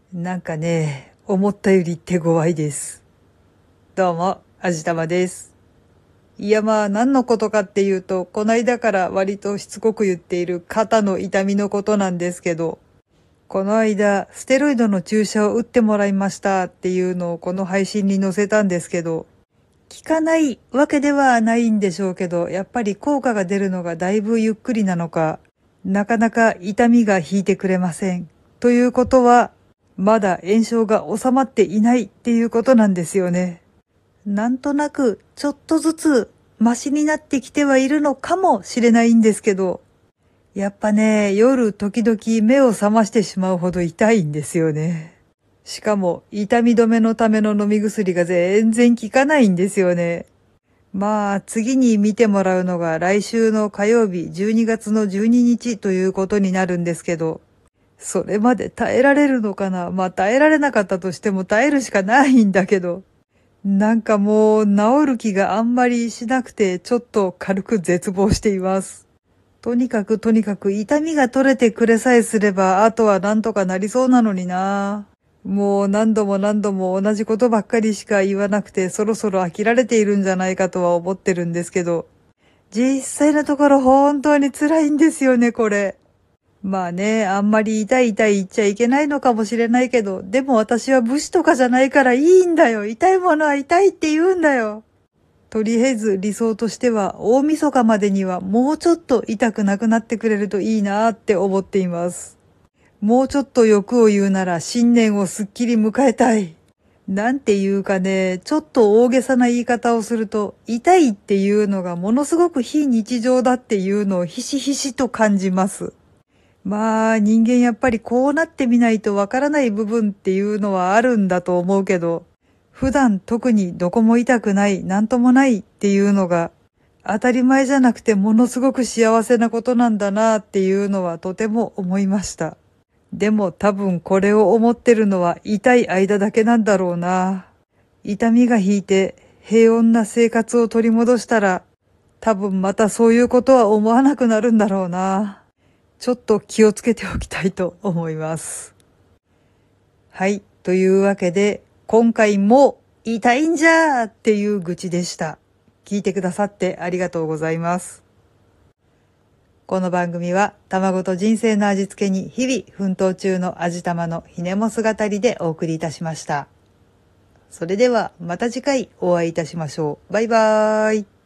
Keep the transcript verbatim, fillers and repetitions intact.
なんかね、思ったより手強いです。どうも、あじたまです。いやまあ何のことかっていうと、こないだから割としつこく言っている肩の痛みのことなんですけど、この間、ステロイドの注射を打ってもらいましたっていうのをこの配信に載せたんですけど、効かないわけではないんでしょうけど、やっぱり効果が出るのがだいぶゆっくりなのか、なかなか痛みが引いてくれません。ということは、まだ炎症が収まっていないっていうことなんですよね。なんとなくちょっとずつマシになってきてはいるのかもしれないんですけど、やっぱね、夜時々目を覚ましてしまうほど痛いんですよね。しかも痛み止めのための飲み薬が全然効かないんですよね。まあ次に見てもらうのが来週の火曜日じゅうにがつのじゅうににちということになるんですけど、それまで耐えられるのかな。まあ耐えられなかったとしても耐えるしかないんだけど。なんかもう治る気があんまりしなくてちょっと軽く絶望しています。とにかくとにかく痛みが取れてくれさえすればあとはなんとかなりそうなのにな。もう何度も何度も同じことばっかりしか言わなくてそろそろ飽きられているんじゃないかとは思ってるんですけど、実際のところ本当に辛いんですよね、これ。まあね、あんまり痛い痛い言っちゃいけないのかもしれないけど、でも私は武士とかじゃないからいいんだよ。痛いものは痛いって言うんだよ。とりあえず理想としては大晦日までにはもうちょっと痛くなくなってくれるといいなって思っています。もうちょっと欲を言うなら新年をすっきり迎えたい。なんていうかね、ちょっと大げさな言い方をすると、痛いっていうのがものすごく非日常だっていうのをひしひしと感じます。まあ人間やっぱりこうなってみないとわからない部分っていうのはあるんだと思うけど、普段特にどこも痛くない、なんともないっていうのが当たり前じゃなくてものすごく幸せなことなんだなっていうのはとても思いました。でも多分これを思ってるのは痛い間だけなんだろうな。痛みが引いて平穏な生活を取り戻したら多分またそういうことは思わなくなるんだろうな。ちょっと気をつけておきたいと思います。はい。というわけで、今回も痛いんじゃーっていう愚痴でした。聞いてくださってありがとうございます。この番組は卵と人生の味付けに日々奮闘中の味玉のひねも姿りでお送りいたしました。それではまた次回お会いいたしましょう。バイバーイ。